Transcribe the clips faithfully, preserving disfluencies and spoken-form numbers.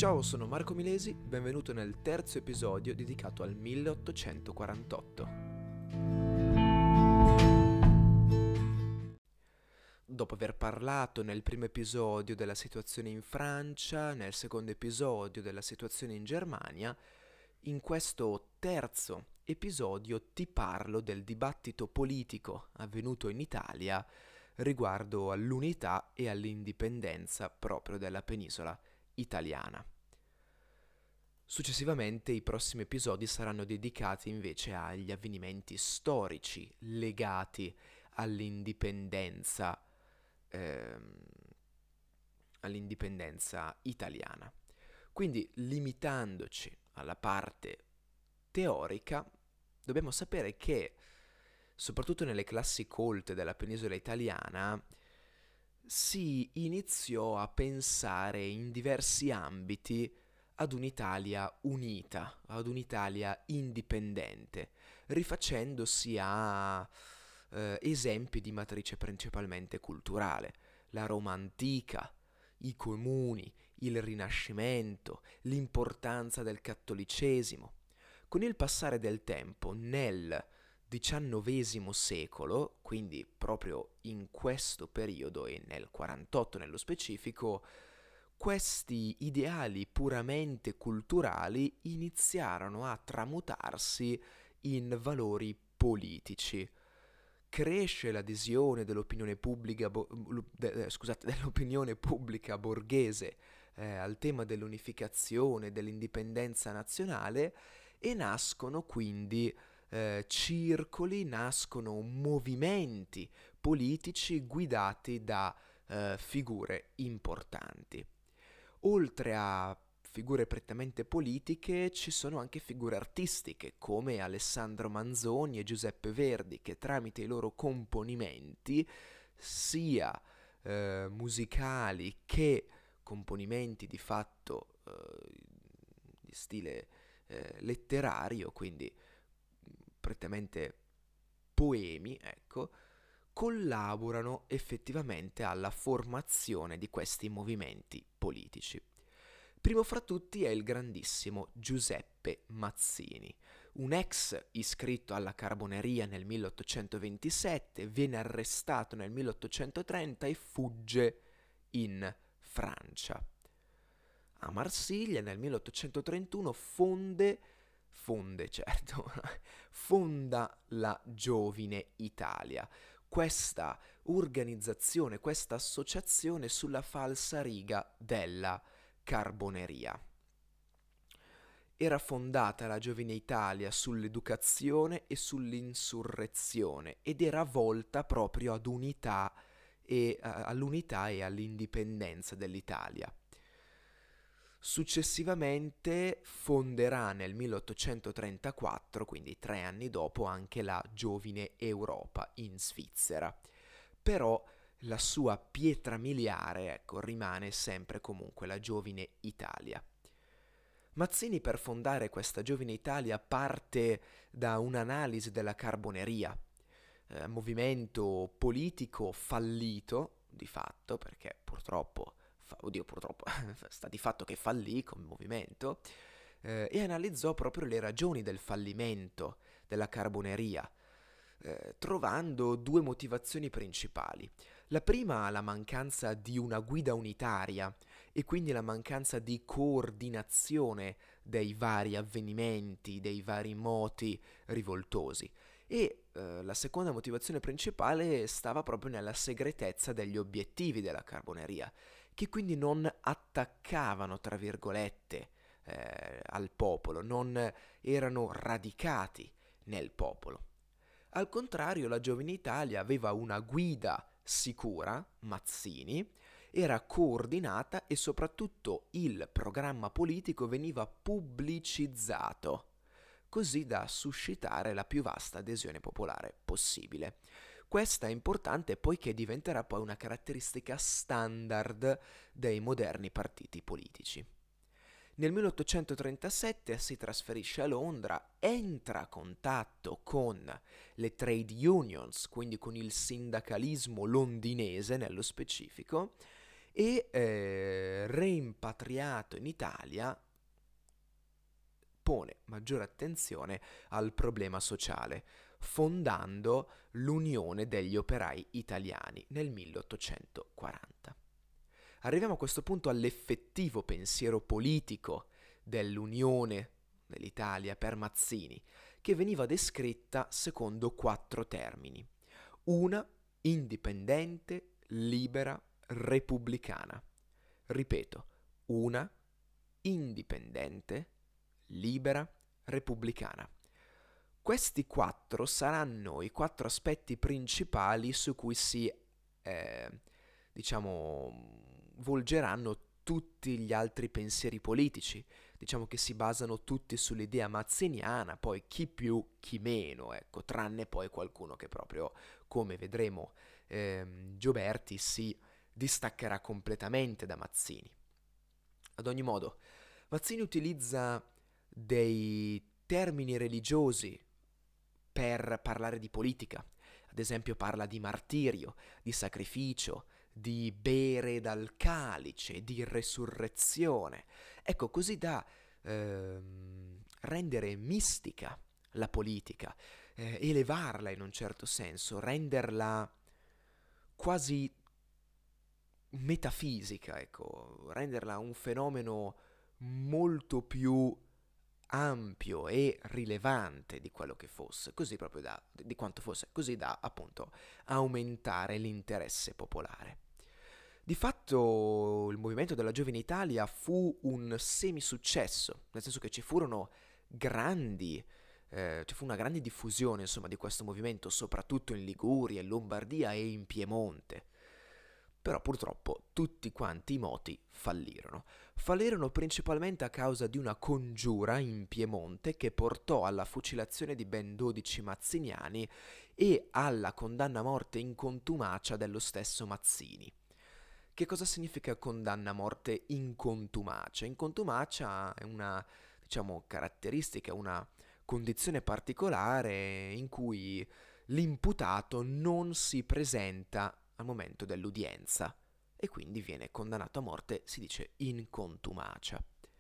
Ciao, sono Marco Milesi, benvenuto nel terzo episodio dedicato al milleottocentoquarantotto. Dopo aver parlato nel primo episodio della situazione in Francia, nel secondo episodio della situazione in Germania, in questo terzo episodio ti parlo del dibattito politico avvenuto in Italia riguardo all'unità e all'indipendenza proprio della penisola italiana. Successivamente i prossimi episodi saranno dedicati invece agli avvenimenti storici legati all'indipendenza, ehm, all'indipendenza italiana. Quindi, limitandoci alla parte teorica, dobbiamo sapere che, soprattutto nelle classi colte della penisola italiana, si iniziò a pensare in diversi ambiti ad un'Italia unita, ad un'Italia indipendente, rifacendosi a eh, esempi di matrice principalmente culturale, la Roma antica, i comuni, il Rinascimento, l'importanza del cattolicesimo. Con il passare del tempo, nel diciannovesimo secolo, quindi proprio in questo periodo e nel quarantotto nello specifico, questi ideali puramente culturali iniziarono a tramutarsi in valori politici. Cresce l'adesione dell'opinione pubblica, bo- de- scusate, dell'opinione pubblica borghese eh, al tema dell'unificazione, dell'indipendenza nazionale e nascono quindi eh, circoli, nascono movimenti politici guidati da eh, figure importanti. Oltre a figure prettamente politiche, ci sono anche figure artistiche come Alessandro Manzoni e Giuseppe Verdi, che tramite i loro componimenti, sia eh, musicali che componimenti di fatto eh, di stile eh, letterario, quindi prettamente poemi, ecco, collaborano effettivamente alla formazione di questi movimenti politici. Primo fra tutti è il grandissimo Giuseppe Mazzini, un ex iscritto alla Carboneria nel milleottocentoventisette, viene arrestato nel milleottocentotrenta e fugge in Francia. A Marsiglia nel milleottocentotrentuno fonde, fonde certo, fonda la Giovine Italia, questa organizzazione, questa associazione sulla falsariga della Carboneria. Era fondata la Giovine Italia sull'educazione e sull'insurrezione ed era volta proprio ad unità e, uh, all'unità e all'indipendenza dell'Italia. Successivamente fonderà nel milleottocentotrentaquattro, quindi tre anni dopo, anche la Giovine Europa in Svizzera. Però la sua pietra miliare, ecco, rimane sempre comunque la Giovine Italia. Mazzini, per fondare questa Giovine Italia, parte da un'analisi della Carboneria, eh, movimento politico fallito di fatto, perché purtroppo oddio purtroppo sta di fatto che fallì come movimento, eh, e analizzò proprio le ragioni del fallimento della Carboneria, eh, trovando due motivazioni principali. La prima, la mancanza di una guida unitaria e quindi la mancanza di coordinazione dei vari avvenimenti, dei vari moti rivoltosi. E eh, la seconda motivazione principale stava proprio nella segretezza degli obiettivi della Carboneria, che quindi non attaccavano, tra virgolette, eh, al popolo, non erano radicati nel popolo. Al contrario, la Giovine Italia aveva una guida sicura, Mazzini, era coordinata e soprattutto il programma politico veniva pubblicizzato, così da suscitare la più vasta adesione popolare possibile. Questa è importante poiché diventerà poi una caratteristica standard dei moderni partiti politici. Nel milleottocentotrentasette si trasferisce a Londra, entra a contatto con le trade unions, quindi con il sindacalismo londinese nello specifico, e eh, reimpatriato in Italia pone maggiore attenzione al problema sociale, fondando l'Unione degli Operai Italiani nel milleottocentoquaranta. Arriviamo a questo punto all'effettivo pensiero politico dell'Unione dell'Italia per Mazzini, che veniva descritta secondo quattro termini. Una, indipendente, libera, repubblicana. Ripeto, una, indipendente, libera, repubblicana. Questi quattro saranno i quattro aspetti principali su cui si, eh, diciamo, volgeranno tutti gli altri pensieri politici. Diciamo che si basano tutti sull'idea mazziniana, poi chi più, chi meno, ecco, tranne poi qualcuno che proprio, come vedremo, ehm, Gioberti si distaccherà completamente da Mazzini. Ad ogni modo, Mazzini utilizza dei termini religiosi per parlare di politica. Ad esempio parla di martirio, di sacrificio, di bere dal calice, di resurrezione. Ecco, così da ehm, rendere mistica la politica, eh, elevarla in un certo senso, renderla quasi metafisica, ecco, renderla un fenomeno molto più ampio e rilevante di quello che fosse, così proprio da, di quanto fosse, così da appunto aumentare l'interesse popolare. Di fatto il movimento della Giovine Italia fu un semisuccesso, nel senso che ci furono grandi, eh, ci fu una grande diffusione insomma di questo movimento, soprattutto in Liguria, in Lombardia e in Piemonte. Però purtroppo tutti quanti i moti fallirono. Fallirono principalmente a causa di una congiura in Piemonte che portò alla fucilazione di ben dodici mazziniani e alla condanna a morte in contumacia dello stesso Mazzini. Che cosa significa condanna a morte in contumacia? In contumacia è una, diciamo, caratteristica, una condizione particolare in cui l'imputato non si presenta al momento dell'udienza e quindi viene condannato a morte, si dice, in contumacia.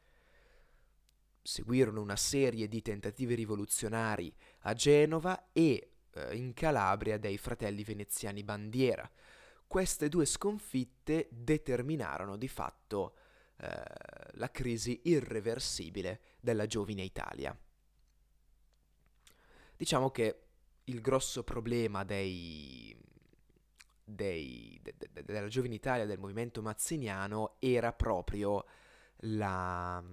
Seguirono una serie di tentativi rivoluzionari a Genova e eh, in Calabria dei fratelli veneziani Bandiera. Queste due sconfitte determinarono di fatto eh, la crisi irreversibile della Giovine Italia. Diciamo che il grosso problema dei, dei, de, de, della Giovine Italia, del movimento mazziniano, era proprio la,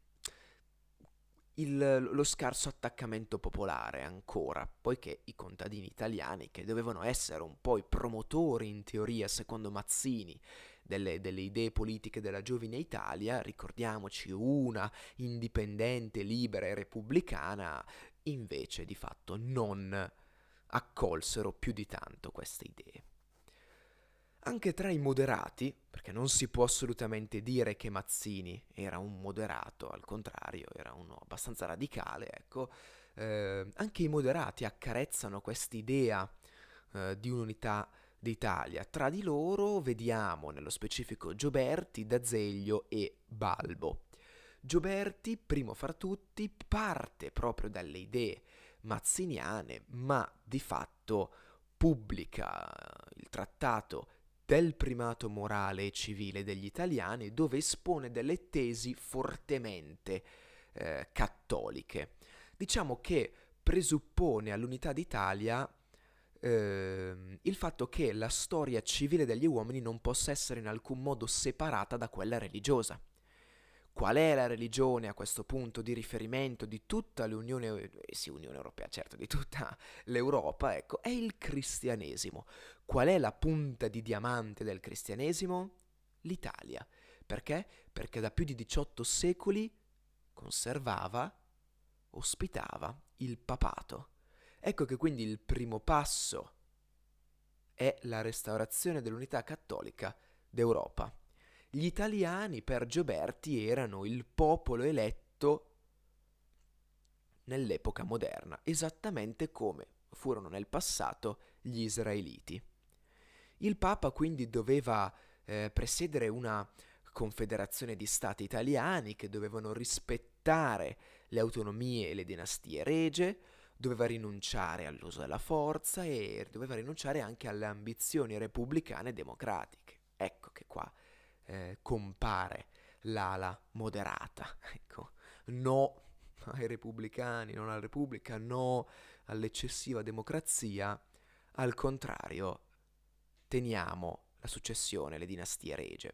il, lo scarso attaccamento popolare ancora, poiché i contadini italiani, che dovevano essere un po' i promotori in teoria, secondo Mazzini, delle, delle idee politiche della Giovine Italia, ricordiamoci, una indipendente, libera e repubblicana, invece di fatto non accolsero più di tanto queste idee. Anche tra i moderati, perché non si può assolutamente dire che Mazzini era un moderato, al contrario, era uno abbastanza radicale, ecco, eh, anche i moderati accarezzano quest'idea eh, di un'unità d'Italia. Tra di loro vediamo nello specifico Gioberti, D'Azeglio e Balbo. Gioberti, primo fra tutti, parte proprio dalle idee mazziniane, ma di fatto pubblica il trattato del primato morale e civile degli italiani, dove espone delle tesi fortemente eh, cattoliche. Diciamo che presuppone all'unità d'Italia eh, il fatto che la storia civile degli uomini non possa essere in alcun modo separata da quella religiosa. Qual è la religione a questo punto di riferimento di tutta l'Unione, eh sì, Unione Europea, certo, di tutta l'Europa, ecco, è il cristianesimo. Qual è la punta di diamante del cristianesimo? L'Italia. Perché? Perché da più di diciotto secoli conservava, ospitava il papato. Ecco che quindi il primo passo è la restaurazione dell'unità cattolica d'Europa. Gli italiani per Gioberti erano il popolo eletto nell'epoca moderna, esattamente come furono nel passato gli israeliti. Il Papa quindi doveva eh, presiedere una confederazione di stati italiani che dovevano rispettare le autonomie e le dinastie regie, doveva rinunciare all'uso della forza e doveva rinunciare anche alle ambizioni repubblicane e democratiche. Ecco che qua eh, compare l'ala moderata, ecco, no ai repubblicani, non alla repubblica, no all'eccessiva democrazia, al contrario, teniamo la successione, le dinastie regie.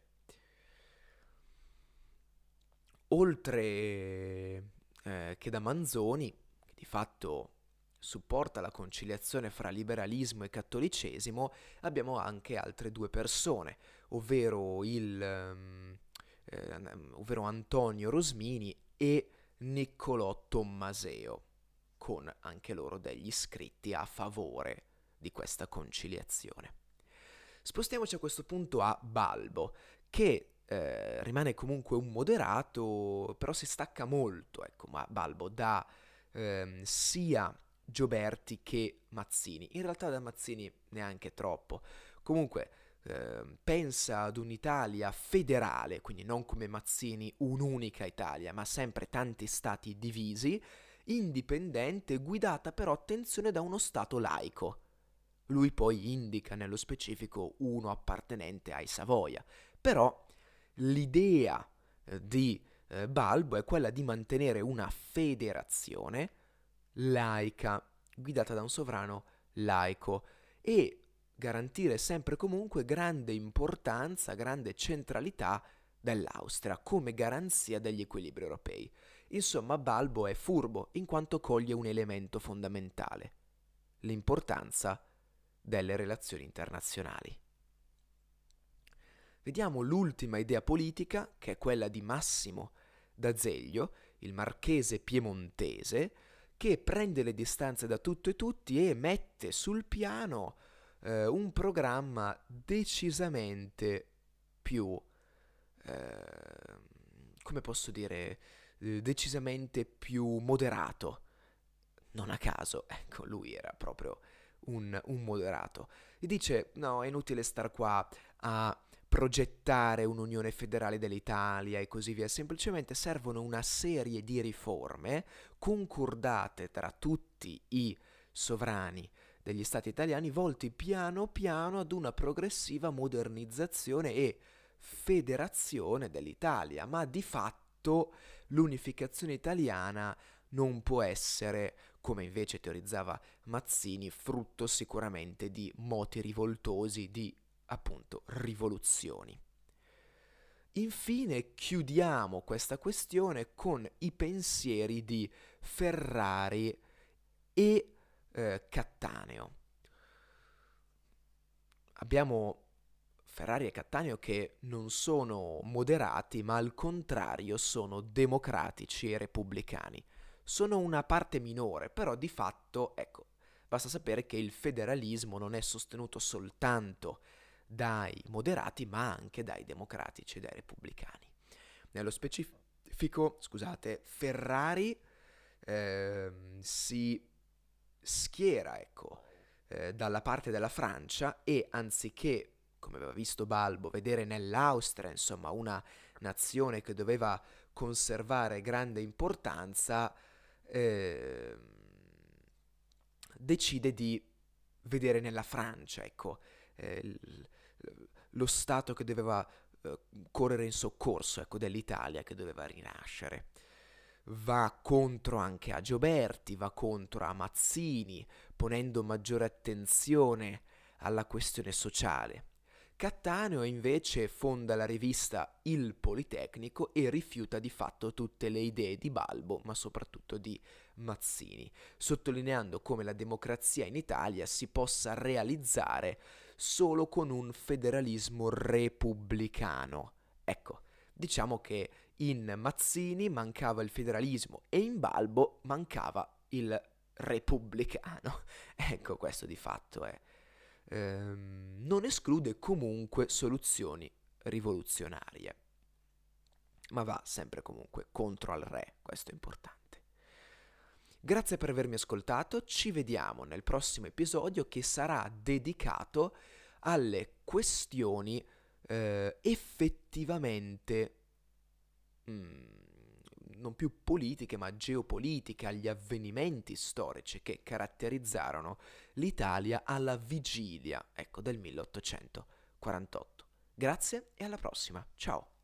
Oltre eh, che da Manzoni, che di fatto supporta la conciliazione fra liberalismo e cattolicesimo, abbiamo anche altre due persone, ovvero, il, um, eh, ovvero Antonio Rosmini e Niccolò Tommaseo, con anche loro degli scritti a favore di questa conciliazione. Spostiamoci a questo punto a Balbo, che eh, rimane comunque un moderato, però si stacca molto, ecco, ma Balbo da ehm, sia Gioberti che Mazzini, in realtà da Mazzini neanche troppo. Comunque eh, pensa ad un'Italia federale, quindi non come Mazzini un'unica Italia, ma sempre tanti stati divisi, indipendente, guidata però, attenzione, da uno stato laico. Lui poi indica nello specifico uno appartenente ai Savoia, però l'idea eh, di eh, Balbo è quella di mantenere una federazione laica, guidata da un sovrano laico, e garantire sempre e comunque grande importanza, grande centralità dell'Austria come garanzia degli equilibri europei. Insomma, Balbo è furbo in quanto coglie un elemento fondamentale: l'importanza delle relazioni internazionali. Vediamo l'ultima idea politica, che è quella di Massimo d'Azeglio, il marchese piemontese, che prende le distanze da tutto e tutti e mette sul piano eh, un programma decisamente più, eh, come posso dire, eh, decisamente più moderato. Non a caso, ecco, lui era proprio un, un moderato. E dice, no, è inutile star qua a progettare un'unione federale dell'Italia e così via, semplicemente servono una serie di riforme concordate tra tutti i sovrani degli stati italiani, volti piano piano ad una progressiva modernizzazione e federazione dell'Italia, ma di fatto l'unificazione italiana non può essere, come invece teorizzava Mazzini, frutto sicuramente di moti rivoltosi, di appunto rivoluzioni. Infine chiudiamo questa questione con i pensieri di Ferrari e eh, Cattaneo. Abbiamo Ferrari e Cattaneo che non sono moderati, ma al contrario sono democratici e repubblicani. Sono una parte minore, però di fatto, ecco, basta sapere che il federalismo non è sostenuto soltanto dai moderati, ma anche dai democratici e dai repubblicani. Nello specifico, scusate, Ferrari eh, si schiera, ecco, eh, dalla parte della Francia e anziché, come aveva visto Balbo, vedere nell'Austria, insomma, una nazione che doveva conservare grande importanza, eh, decide di vedere nella Francia, ecco, eh, l- lo Stato che doveva eh, correre in soccorso, ecco, dell'Italia che doveva rinascere. Va contro anche a Gioberti, va contro a Mazzini, ponendo maggiore attenzione alla questione sociale. Cattaneo invece fonda la rivista Il Politecnico e rifiuta di fatto tutte le idee di Balbo, ma soprattutto di Mazzini, sottolineando come la democrazia in Italia si possa realizzare solo con un federalismo repubblicano. Ecco, diciamo che in Mazzini mancava il federalismo e in Balbo mancava il repubblicano. Ecco, questo di fatto è. Ehm, non esclude comunque soluzioni rivoluzionarie, ma va sempre comunque contro al re, questo è importante. Grazie per avermi ascoltato, ci vediamo nel prossimo episodio che sarà dedicato alle questioni eh, effettivamente mm, non più politiche ma geopolitiche, agli avvenimenti storici che caratterizzarono l'Italia alla vigilia, ecco, del milleottocentoquarantotto. Grazie e alla prossima, ciao!